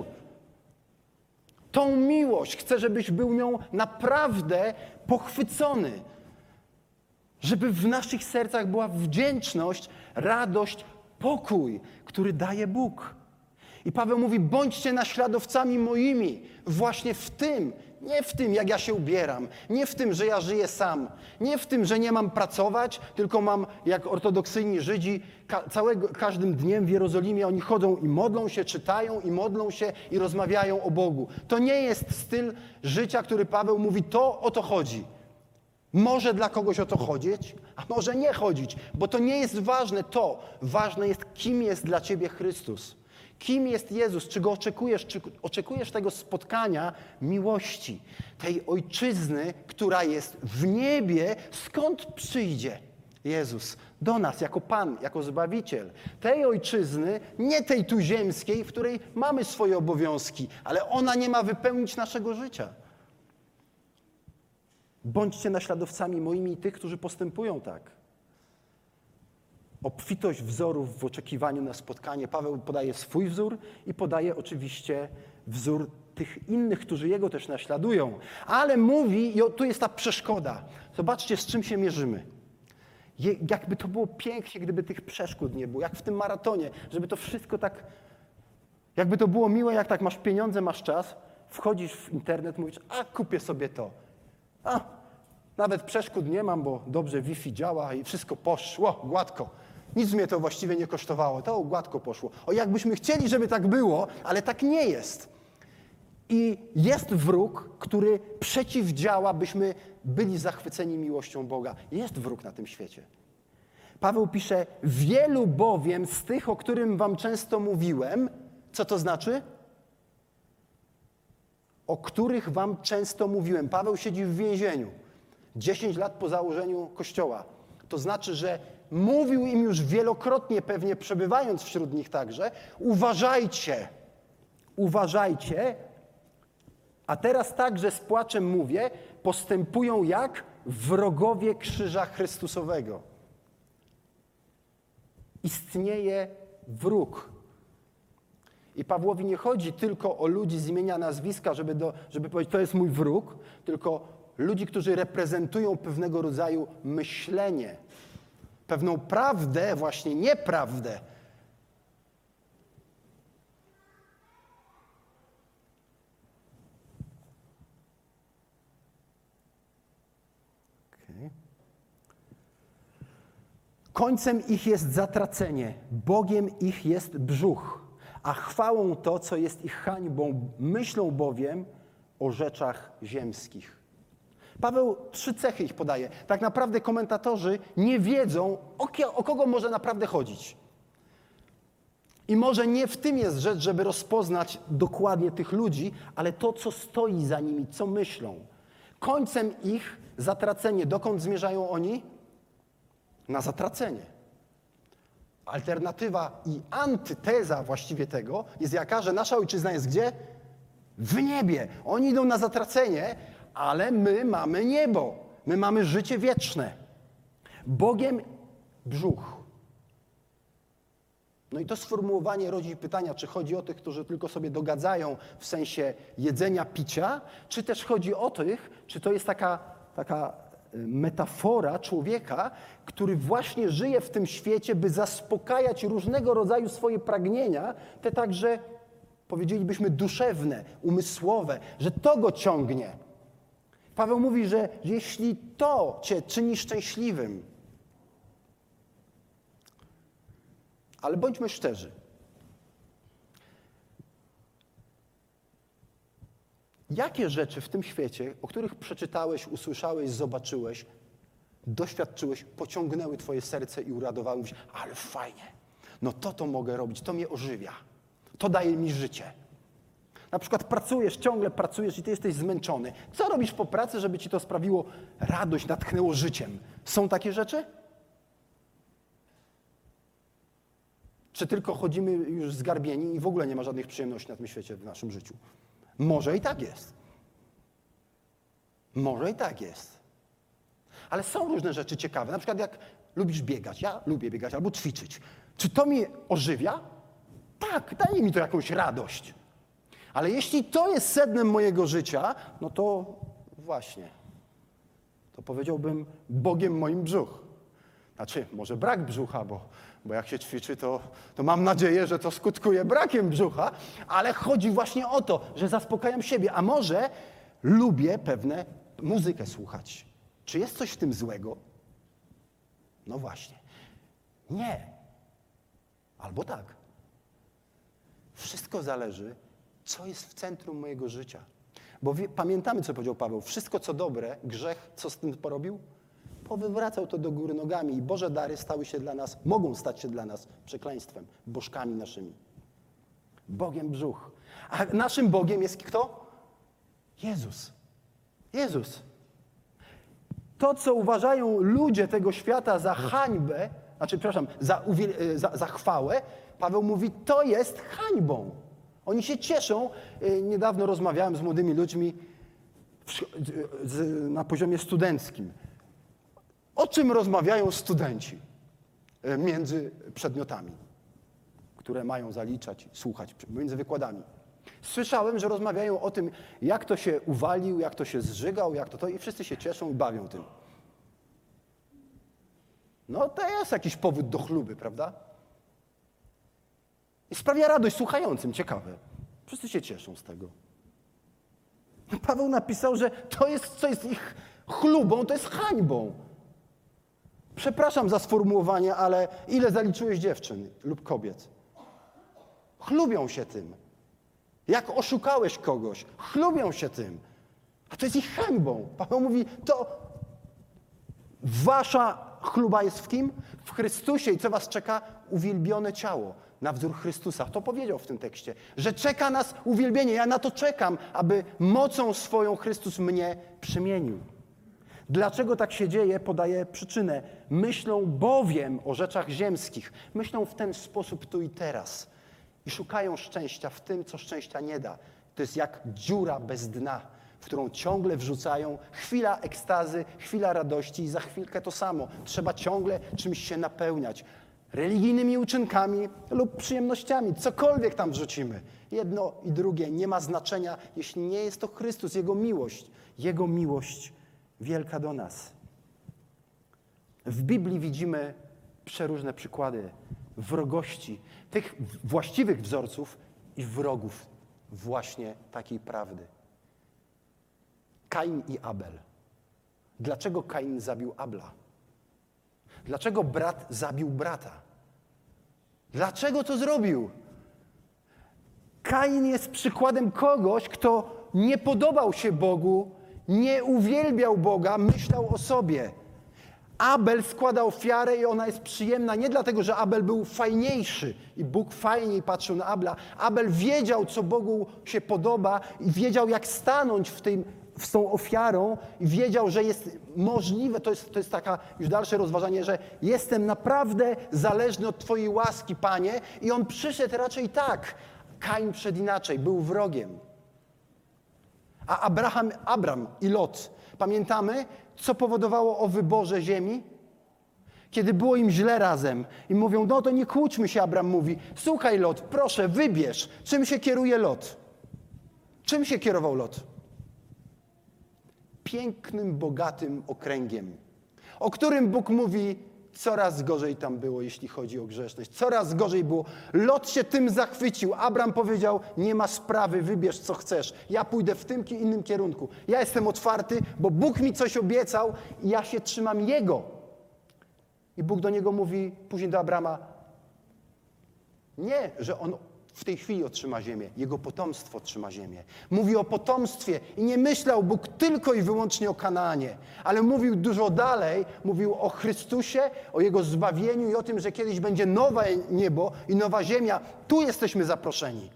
tą miłość. Chcę, żebyś był nią naprawdę pochwycony. Żeby w naszych sercach była wdzięczność, radość, pokój, który daje Bóg. I Paweł mówi, bądźcie naśladowcami moimi właśnie w tym, nie w tym, jak ja się ubieram, nie w tym, że ja żyję sam, nie w tym, że nie mam pracować, tylko mam, jak ortodoksyjni Żydzi, każdym dniem w Jerozolimie oni chodzą i modlą się, czytają i modlą się i rozmawiają o Bogu. To nie jest styl życia, który Paweł mówi, to o to chodzi. Może dla kogoś o to chodzić, a może nie chodzić, bo to nie jest ważne to. Ważne jest, kim jest dla ciebie Chrystus. Kim jest Jezus? Czy Go oczekujesz? Czy oczekujesz tego spotkania miłości? Tej ojczyzny, która jest w niebie, skąd przyjdzie Jezus do nas jako Pan, jako Zbawiciel. Tej ojczyzny, nie tej tu ziemskiej, w której mamy swoje obowiązki, ale ona nie ma wypełnić naszego życia. Bądźcie naśladowcami moimi i tych, którzy postępują tak. Obfitość wzorów w oczekiwaniu na spotkanie. Paweł podaje swój wzór i podaje oczywiście wzór tych innych, którzy jego też naśladują. Ale mówi, i tu jest ta przeszkoda. Zobaczcie, z czym się mierzymy. Jakby to było pięknie, gdyby tych przeszkód nie było. Jak w tym maratonie, żeby to wszystko tak... Jakby to było miłe, jak tak masz pieniądze, masz czas, wchodzisz w internet, mówisz, a kupię sobie to. Nawet przeszkód nie mam, bo dobrze Wi-Fi działa i wszystko poszło gładko. Nic mnie to właściwie nie kosztowało, to gładko poszło. Jakbyśmy chcieli, żeby tak było, ale tak nie jest. I jest wróg, który przeciwdziała, byśmy byli zachwyceni miłością Boga. Jest wróg na tym świecie. Paweł pisze, wielu bowiem z tych, o którym wam często mówiłem, co to znaczy? O których wam często mówiłem. Paweł siedzi w więzieniu. 10 lat po założeniu Kościoła. To znaczy, że mówił im już wielokrotnie, pewnie przebywając wśród nich także, uważajcie, a teraz także z płaczem mówię, postępują jak wrogowie krzyża Chrystusowego. Istnieje wróg. I Pawłowi nie chodzi tylko o ludzi z imienia, nazwiska, żeby powiedzieć, to jest mój wróg, tylko ludzi, którzy reprezentują pewnego rodzaju myślenie, pewną prawdę, właśnie nieprawdę. Okay. Końcem ich jest zatracenie, Bogiem ich jest brzuch, a chwałą to, co jest ich hańbą, myślą bowiem o rzeczach ziemskich. Paweł 3 cechy ich podaje. Tak naprawdę komentatorzy nie wiedzą, o kogo może naprawdę chodzić. I może nie w tym jest rzecz, żeby rozpoznać dokładnie tych ludzi, ale to, co stoi za nimi, co myślą. Końcem ich zatracenie. Dokąd zmierzają oni? Na zatracenie. Alternatywa i antyteza właściwie tego jest jaka, że nasza ojczyzna jest gdzie? W niebie. Oni idą na zatracenie, ale my mamy niebo. My mamy życie wieczne. Bogiem brzuch. No i to sformułowanie rodzi pytania, czy chodzi o tych, którzy tylko sobie dogadzają w sensie jedzenia, picia, czy też chodzi o tych, czy to jest taka metafora człowieka, który właśnie żyje w tym świecie, by zaspokajać różnego rodzaju swoje pragnienia, te także, powiedzielibyśmy, duszewne, umysłowe, że to go ciągnie. Paweł mówi, że jeśli to cię czyni szczęśliwym, ale bądźmy szczerzy. Jakie rzeczy w tym świecie, o których przeczytałeś, usłyszałeś, zobaczyłeś, doświadczyłeś, pociągnęły twoje serce i uradowały? Mówisz, ale fajnie, no to mogę robić, to mnie ożywia, to daje mi życie. Na przykład pracujesz, ciągle pracujesz i ty jesteś zmęczony. Co robisz po pracy, żeby ci to sprawiło radość, natchnęło życiem? Są takie rzeczy? Czy tylko chodzimy już zgarbieni i w ogóle nie ma żadnych przyjemności na tym świecie w naszym życiu? Może i tak jest. Może i tak jest. Ale są różne rzeczy ciekawe. Na przykład jak lubisz biegać. Ja lubię biegać albo ćwiczyć. Czy to mnie ożywia? Tak, daje mi to jakąś radość. Ale jeśli to jest sednem mojego życia, no to właśnie. to powiedziałbym Bogiem moim brzuch. Znaczy, może brak brzucha, bo jak się ćwiczy, to mam nadzieję, że to skutkuje brakiem brzucha, ale chodzi właśnie o to, że zaspokajam siebie, a może lubię pewne muzykę słuchać. Czy jest coś w tym złego? No właśnie. Nie. Albo tak. Wszystko zależy, co jest w centrum mojego życia. Bo pamiętamy, co powiedział Paweł. Wszystko, co dobre, grzech, co z tym porobił? Powywracał to do góry nogami i Boże dary stały się dla nas, mogą stać się dla nas przekleństwem, bożkami naszymi. Bogiem brzuch. A naszym Bogiem jest kto? Jezus. Jezus. To, co uważają ludzie tego świata za hańbę, za chwałę, Paweł mówi, to jest hańbą. Oni się cieszą. Niedawno rozmawiałem z młodymi ludźmi na poziomie studenckim. O czym rozmawiają studenci między przedmiotami, które mają zaliczać, słuchać, między wykładami? Słyszałem, że rozmawiają o tym, jak to się uwalił, jak to się zżygał, jak to i wszyscy się cieszą i bawią tym. No to jest jakiś powód do chluby, prawda? I sprawia radość słuchającym, ciekawe. Wszyscy się cieszą z tego. Paweł napisał, że to jest, co jest ich chlubą, to jest hańbą. Przepraszam za sformułowanie, ale ile zaliczyłeś dziewczyn lub kobiet? Chlubią się tym. Jak oszukałeś kogoś, chlubią się tym. A to jest ich hańbą. Paweł mówi, to wasza chluba jest w kim? W Chrystusie. I co was czeka? Uwielbione ciało. Na wzór Chrystusa. To powiedział w tym tekście, że czeka nas uwielbienie. Ja na to czekam, aby mocą swoją Chrystus mnie przemienił. Dlaczego tak się dzieje? Podaję przyczynę. Myślą bowiem o rzeczach ziemskich. Myślą w ten sposób tu i teraz. I szukają szczęścia w tym, co szczęścia nie da. To jest jak dziura bez dna, w którą ciągle wrzucają chwila ekstazy, chwila radości i za chwilkę to samo. Trzeba ciągle czymś się napełniać. Religijnymi uczynkami lub przyjemnościami. Cokolwiek tam wrzucimy. Jedno i drugie nie ma znaczenia, jeśli nie jest to Chrystus, Jego miłość. Jego miłość wielka do nas. W Biblii widzimy przeróżne przykłady wrogości, tych właściwych wzorców i wrogów właśnie takiej prawdy. Kain i Abel. Dlaczego Kain zabił Abla? Dlaczego brat zabił brata? Dlaczego to zrobił? Kain jest przykładem kogoś, kto nie podobał się Bogu, nie uwielbiał Boga, myślał o sobie. Abel składa ofiarę i ona jest przyjemna nie dlatego, że Abel był fajniejszy i Bóg fajniej patrzył na Abla. Abel wiedział, co Bogu się podoba i wiedział, jak stanąć z tą ofiarą i wiedział, że jest możliwe, to jest taka już dalsze rozważanie, że jestem naprawdę zależny od Twojej łaski, Panie, i on przyszedł raczej tak. Kain przyszedł inaczej, był wrogiem. A Abram i Lot, pamiętamy, co powodowało o wyborze ziemi? Kiedy było im źle razem i mówią, no to nie kłóćmy się, Abram mówi, słuchaj Lot, proszę, wybierz, czym się kieruje Lot? Czym się kierował Lot? Pięknym, bogatym okręgiem, o którym Bóg mówi, coraz gorzej tam było, jeśli chodzi o grzeszność. Coraz gorzej było. Lot się tym zachwycił. Abram powiedział, nie ma sprawy, wybierz co chcesz. Ja pójdę w tym innym kierunku. Ja jestem otwarty, bo Bóg mi coś obiecał i ja się trzymam Jego. I Bóg do niego mówi, później do Abrama, nie, że on w tej chwili otrzyma ziemię. Jego potomstwo otrzyma ziemię. Mówi o potomstwie i nie myślał Bóg tylko i wyłącznie o Kanaanie, ale mówił dużo dalej, mówił o Chrystusie, o Jego zbawieniu i o tym, że kiedyś będzie nowe niebo i nowa ziemia. Tu jesteśmy zaproszeni.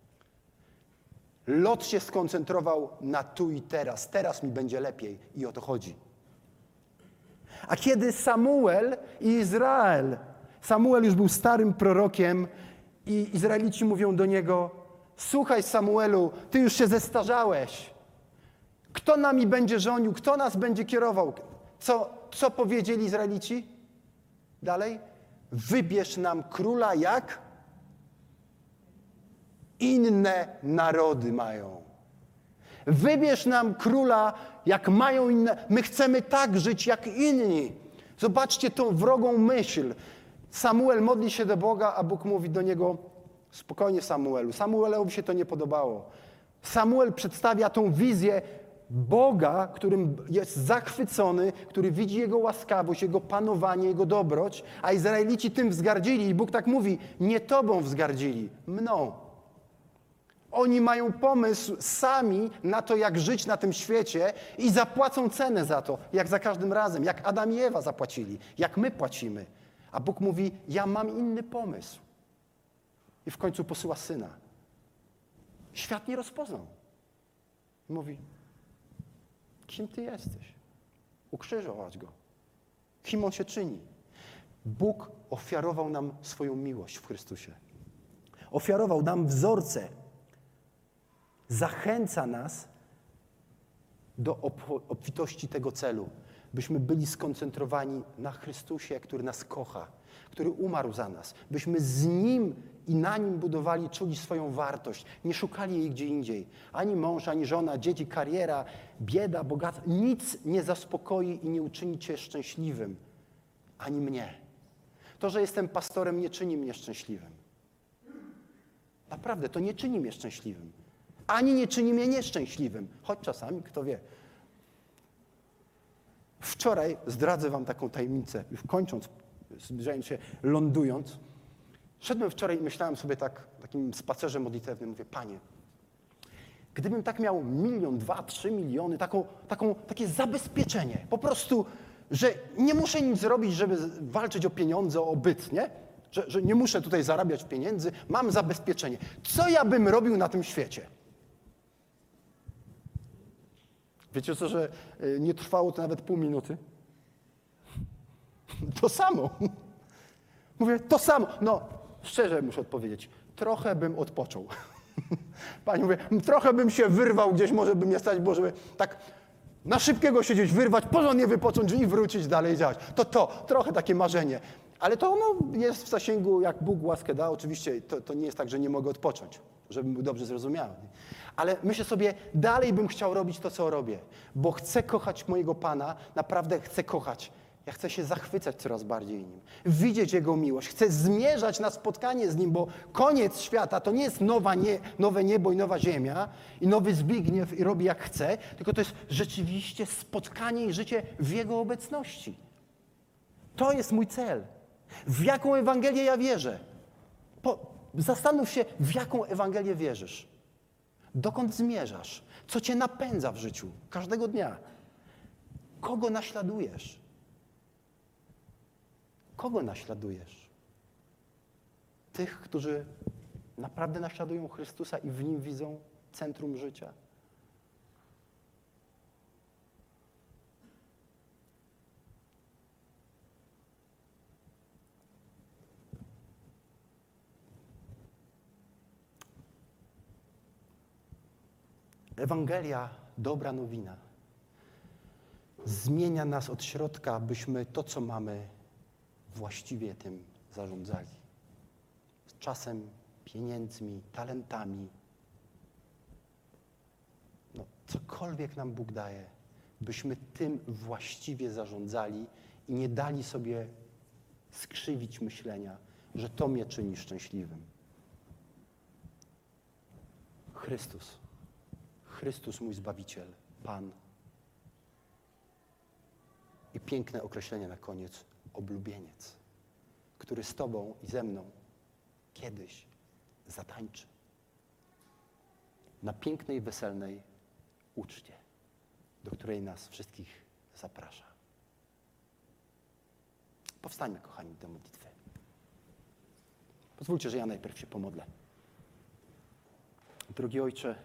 Lot się skoncentrował na tu i teraz. Teraz mi będzie lepiej i o to chodzi. A kiedy Samuel i Izrael, Samuel już był starym prorokiem, i Izraelici mówią do niego, słuchaj Samuelu, ty już się zestarzałeś. Kto nami będzie rządził? Kto nas będzie kierował? Co powiedzieli Izraelici? Dalej? Wybierz nam króla jak? Inne narody mają. Wybierz nam króla, jak mają inne. My chcemy tak żyć, jak inni. Zobaczcie tą wrogą myśl. Samuel modli się do Boga, a Bóg mówi do niego: spokojnie, Samuelu. Samuelowi się to nie podobało. Samuel przedstawia tą wizję Boga, którym jest zachwycony, który widzi Jego łaskawość, Jego panowanie, Jego dobroć, a Izraelici tym wzgardzili. I Bóg tak mówi: nie tobą wzgardzili, mną. Oni mają pomysł sami na to, jak żyć na tym świecie i zapłacą cenę za to, jak za każdym razem, jak Adam i Ewa zapłacili, jak my płacimy. A Bóg mówi: ja mam inny pomysł. I w końcu posyła Syna. Świat nie rozpoznał. Mówi: kim Ty jesteś? Ukrzyżować Go. Kim On się czyni? Bóg ofiarował nam swoją miłość w Chrystusie. Ofiarował nam wzorce. Zachęca nas do obfitości tego celu, byśmy byli skoncentrowani na Chrystusie, który nas kocha, który umarł za nas, byśmy z Nim i na Nim budowali, czuli swoją wartość, nie szukali jej gdzie indziej. Ani mąż, ani żona, dzieci, kariera, bieda, bogactwo. Nic nie zaspokoi i nie uczyni Cię szczęśliwym, ani mnie. To, że jestem pastorem, nie czyni mnie szczęśliwym. Naprawdę, to nie czyni mnie szczęśliwym. Ani nie czyni mnie nieszczęśliwym, choć czasami, kto wie. Wczoraj, zdradzę wam taką tajemnicę, już kończąc, zbliżając się, lądując, szedłem wczoraj i myślałem sobie tak, takim spacerze modlitewnym, mówię: Panie, gdybym tak miał 1, 2, 3 miliony, takie zabezpieczenie, po prostu, że nie muszę nic zrobić, żeby walczyć o pieniądze, o byt, nie? Że nie muszę tutaj zarabiać pieniędzy, mam zabezpieczenie. Co ja bym robił na tym świecie? Wiecie co, że nie trwało to nawet pół minuty? To samo. Mówię: to samo. No, szczerze muszę odpowiedzieć, trochę bym odpoczął. Pani, mówię, trochę bym się wyrwał gdzieś, może by mnie stać, bo żeby tak na szybkiego siedzieć, wyrwać, porządnie wypocząć i wrócić dalej działać. Trochę takie marzenie. Ale to jest w zasięgu, jak Bóg łaskę da. Oczywiście to nie jest tak, że nie mogę odpocząć, żebym był dobrze zrozumiały. Ale myślę sobie, dalej bym chciał robić to, co robię, bo chcę kochać mojego Pana, naprawdę chcę kochać. Ja chcę się zachwycać coraz bardziej Nim, widzieć Jego miłość, chcę zmierzać na spotkanie z Nim, bo koniec świata to nie jest nowe niebo i nowa ziemia i nowy Zbigniew i robi jak chce, tylko to jest rzeczywiście spotkanie i życie w Jego obecności. To jest mój cel. W jaką Ewangelię ja wierzę? Zastanów się, w jaką Ewangelię wierzysz. Dokąd zmierzasz? Co cię napędza w życiu każdego dnia? Kogo naśladujesz? Kogo naśladujesz? Tych, którzy naprawdę naśladują Chrystusa i w Nim widzą centrum życia? Ewangelia, dobra nowina, zmienia nas od środka, byśmy to, co mamy, właściwie tym zarządzali. Z czasem, pieniędzmi, talentami. Cokolwiek nam Bóg daje, byśmy tym właściwie zarządzali i nie dali sobie skrzywić myślenia, że to mnie czyni szczęśliwym. Chrystus, mój Zbawiciel, Pan. I piękne określenie na koniec: oblubieniec, który z Tobą i ze mną kiedyś zatańczy na pięknej, weselnej uczcie, do której nas wszystkich zaprasza. Powstańmy, kochani, do modlitwy. Pozwólcie, że ja najpierw się pomodlę. Drogi Ojcze,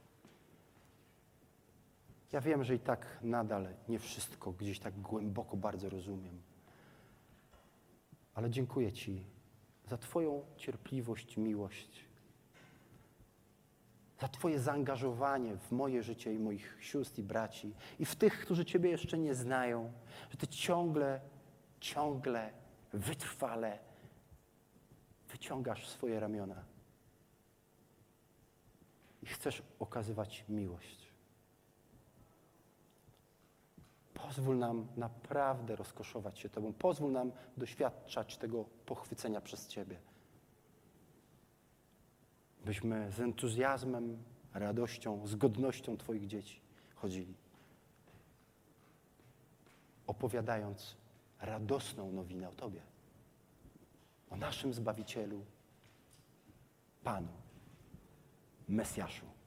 ja wiem, że i tak nadal nie wszystko gdzieś tak głęboko bardzo rozumiem. Ale dziękuję Ci za Twoją cierpliwość, miłość, za Twoje zaangażowanie w moje życie i moich sióstr i braci i w tych, którzy Ciebie jeszcze nie znają, że Ty ciągle, wytrwale wyciągasz swoje ramiona i chcesz okazywać miłość. Pozwól nam naprawdę rozkoszować się Tobą. Pozwól nam doświadczać tego pochwycenia przez Ciebie. Byśmy z entuzjazmem, radością, z godnością Twoich dzieci chodzili, opowiadając radosną nowinę o Tobie, o naszym Zbawicielu, Panu, Mesjaszu.